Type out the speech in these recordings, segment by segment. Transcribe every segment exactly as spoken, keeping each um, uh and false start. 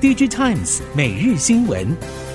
D J Times 每日新闻。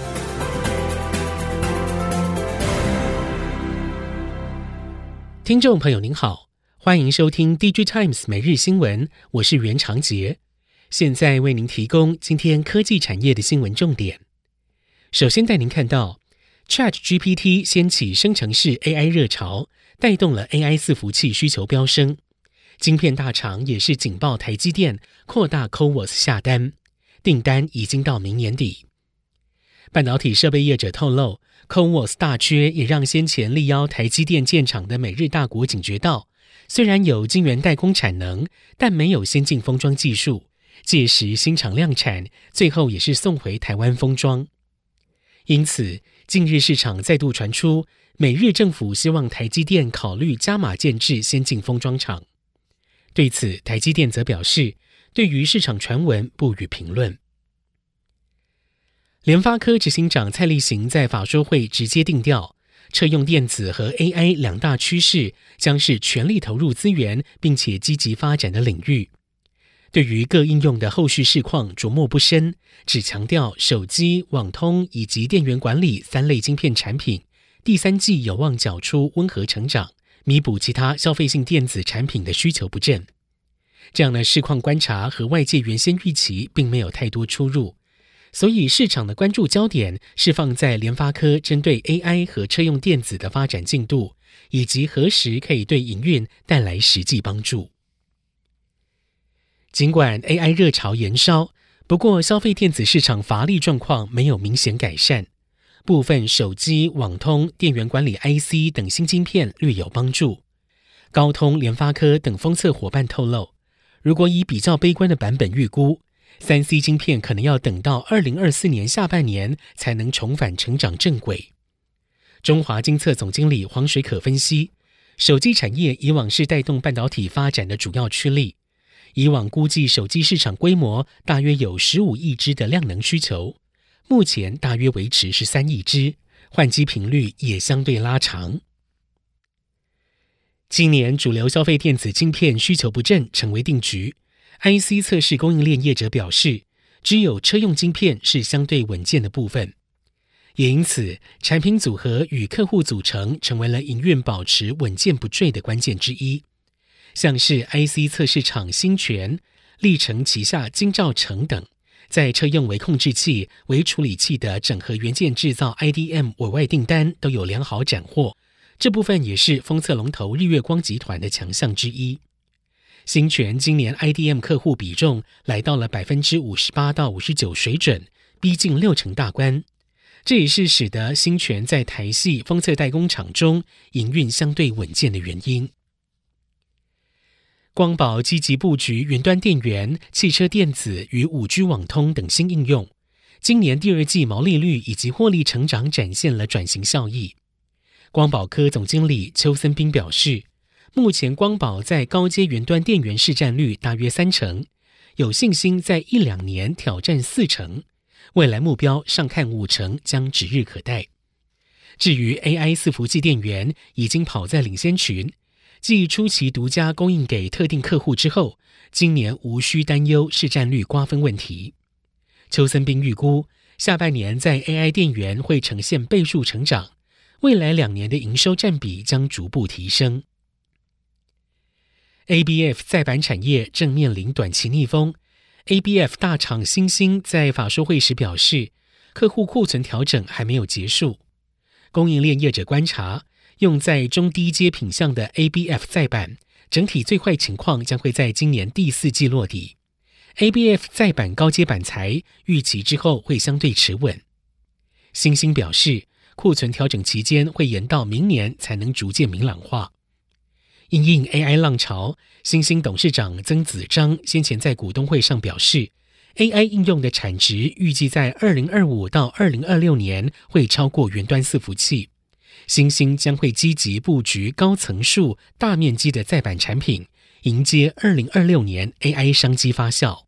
听众朋友您好，欢迎收听 D J Times 每日新闻，我是袁长杰，现在为您提供今天科技产业的新闻重点。首先带您看到 ChatGPT 掀起生成式 A I 热潮，带动了 A I 伺服器需求飙升。晶片大厂也是警报台积电扩大 C O V O S 下单，订单已经到明年底。半导体设备业者透露， C O V O S 大缺也让先前力邀台积电建厂的美日大国警觉到，虽然有晶圆代工产能，但没有先进封装技术，届时新厂量产，最后也是送回台湾封装。因此近日市场再度传出，美日政府希望台积电考虑加码建制先进封装厂。对此，台积电则表示，对于市场传闻不予评论。联发科执行长蔡力行在法说会直接定调，车用电子和 A I 两大趋势将是全力投入资源并且积极发展的领域。对于各应用的后续市况琢磨不深，只强调手机、网通以及电源管理三类晶片产品，第三季有望缴出温和成长，弥补其他消费性电子产品的需求不振。这样的市况观察和外界原先预期并没有太多出入，所以市场的关注焦点是放在联发科针对 A I 和车用电子的发展进度，以及何时可以对营运带来实际帮助。尽管 A I 热潮延烧，不过消费电子市场乏力状况没有明显改善，部分手机、网通、电源管理 I C 等新晶片略有帮助。高通、联发科等封测伙伴透露，如果以比较悲观的版本预估， 三 C 晶片可能要等到二零二四年下半年才能重返成长正轨。中华精测总经理黄水可分析，手机产业以往是带动半导体发展的主要驱力，以往估计手机市场规模大约有十五亿只的量能需求，目前大约维持十三亿只，换机频率也相对拉长。今年主流消费电子晶片需求不振成为定局， I C 测试供应链业者表示，只有车用晶片是相对稳健的部分，也因此产品组合与客户组成成为了营运保持稳健不坠的关键之一。像是 I C 测试厂新全、力成旗下金兆成等，在车用微控制器、微处理器的整合元件制造 I D M 委外订单都有良好斩获，这部分也是封测龙头日月光集团的强项之一。新全今年 I D M 客户比重来到了 百分之五十八到五十九 水准，逼近六成大关，这也是使得新全在台系封测代工厂中营运相对稳健的原因。光宝积极布局云端电源、汽车电子与 五 G 网通等新应用，今年第二季毛利率以及获利成长展现了转型效益。光宝科总经理邱森斌表示，目前光宝在高阶云端电源市占率大约三成，有信心在一两年挑战四成，未来目标上看五成将指日可待。至于 A I 伺服器电源已经跑在领先群，继初期独家供应给特定客户之后，今年无需担忧市占率瓜分问题。邱森斌预估，下半年在 A I 电源会呈现倍数成长，未来两年的营收占比将逐步提升。A B F 载板产业正面临短期逆风， A B F 大厂欣兴在法说会时表示，客户库存调整还没有结束。供应链业者观察，用在中低阶品项的 A B F 载板，整体最坏情况将会在今年第四季落底。A B F 载板高阶板材预期之后会相对持稳。欣兴表示，库存调整期间会延到明年才能逐渐明朗化。因应 A I 浪潮，欣兴董事长曾子章先前在股东会上表示， A I 应用的产值预计在二零二五到二零二六年会超过云端伺服器。欣兴将会积极布局高层数、大面积的载板产品，迎接二零二六年 A I 商机发酵。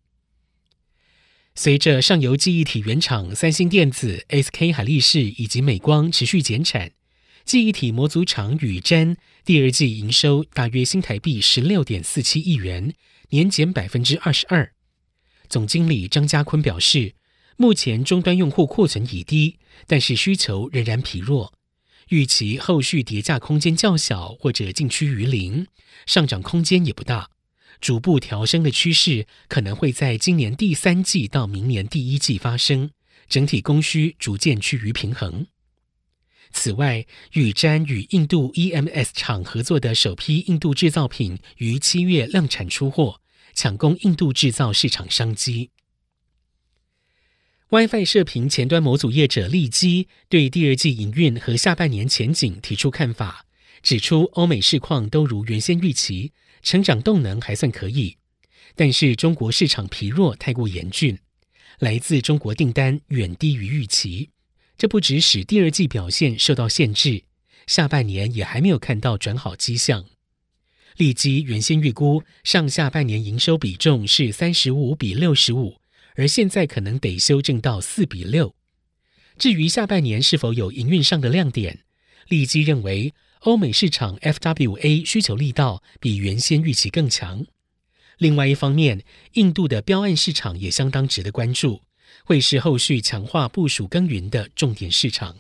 随着上游记忆体原厂三星电子、S K 海力士以及美光持续减产，记忆体模组厂宇瞻第二季营收大约新台币 十六点四七亿元，年减 百分之二十二。 总经理张家坤表示，目前终端用户库存已低，但是需求仍然疲弱，预期后续跌价空间较小或者近趋于零，上涨空间也不大，逐步调升的趋势可能会在今年第三季到明年第一季发生，整体供需逐渐趋于平衡。此外，宇瞻与印度 E M S 厂合作的首批印度制造品于七月量产出货，抢攻印度制造市场商机。WiFi 射频前端模组业者利基对第二季营运和下半年前景提出看法，指出欧美市况都如原先预期，成长动能还算可以，但是中国市场疲弱太过严峻，来自中国订单远低于预期，这不只使第二季表现受到限制，下半年也还没有看到转好迹象。利基原先预估上下半年营收比重是三十五比六十五，而现在可能得修正到四比六。至于下半年是否有营运上的亮点，利基认为欧美市场 F W A 需求力道比原先预期更强。另外一方面，印度的标案市场也相当值得关注，会是后续强化部署耕耘的重点市场。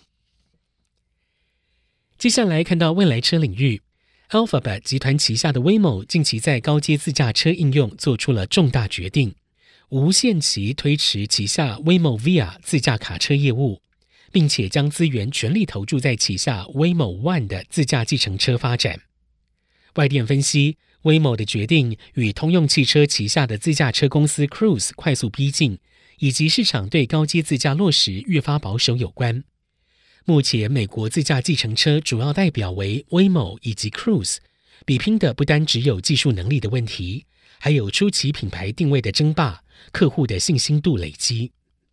接下来看到未来车领域， Alphabet 集团旗下的 Waymo 近期在高阶自驾车应用做出了重大决定，无限期推迟旗下 Waymo Via 自驾卡车业务，并且将资源全力投注在旗下 Waymo One 的自驾计程车发展。外电分析， Waymo 的决定与通用汽车旗下的自驾车公司 Cruise 快速逼近，以及市场对高阶自驾落实越发保守有关。目前美国自驾计程车主要代表为 Waymo 以及 Cruise， 比拼的不单只有技术能力的问题，还有初期品牌定位的争霸，客户的信心度累积。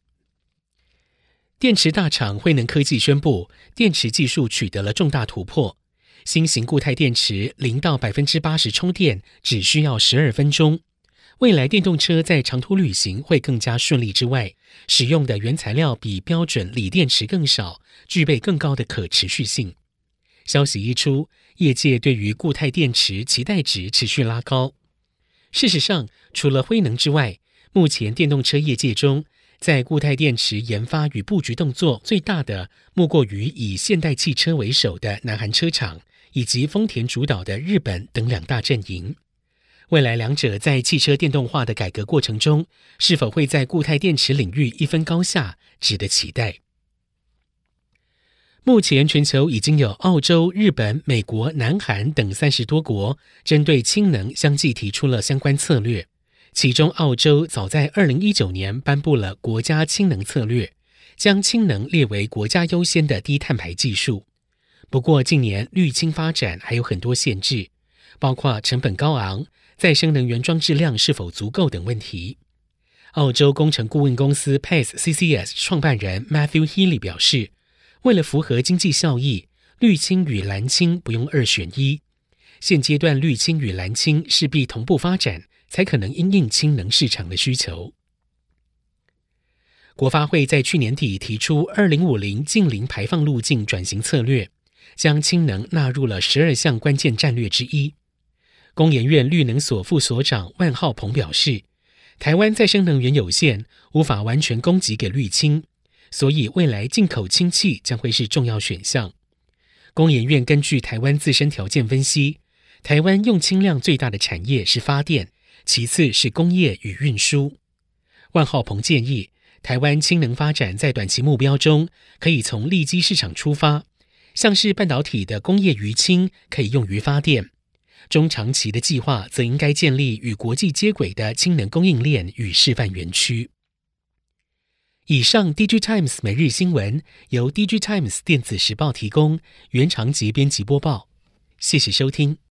电池大厂慧能科技宣布，电池技术取得了重大突破，新型固态电池零到百分之八十充电只需要十二分钟。未来电动车在长途旅行会更加顺利之外，使用的原材料比标准锂电池更少，具备更高的可持续性。消息一出，业界对于固态电池期待值持续拉高。事实上，除了辉能之外，目前电动车业界中，在固态电池研发与布局动作最大的，莫过于以现代汽车为首的南韩车厂，以及丰田主导的日本等两大阵营。未来两者在汽车电动化的改革过程中，是否会在固态电池领域一分高下，值得期待。目前全球已经有澳洲、日本、美国、南韩等三十多国针对氢能相继提出了相关策略，其中澳洲早在二零一九年颁布了国家氢能策略，将氢能列为国家优先的低碳排技术。不过近年绿氢发展还有很多限制，包括成本高昂、再生能源装置量是否足够等问题。澳洲工程顾问公司 P A C E C C S 创办人 Matthew Healy 表示，为了符合经济效益，绿氢与蓝氢不用二选一，现阶段绿氢与蓝氢势必同步发展，才可能因应氢能市场的需求。国发会在去年底提出二零五零净零排放路径转型策略，将氢能纳入了十二项关键战略之一。工研院绿能所副所长万浩鹏表示，台湾再生能源有限，无法完全供给给绿氢，所以未来进口氢气将会是重要选项。工研院根据台湾自身条件分析，台湾用氢量最大的产业是发电，其次是工业与运输。万浩鹏建议，台湾氢能发展在短期目标中，可以从利基市场出发，像是半导体的工业余氢可以用于发电，中长期的计划则应该建立与国际接轨的氢能供应链与示范园区。以上 D G Times 每日新闻由 D G Times 电子时报提供，原长节编辑播报，谢谢收听。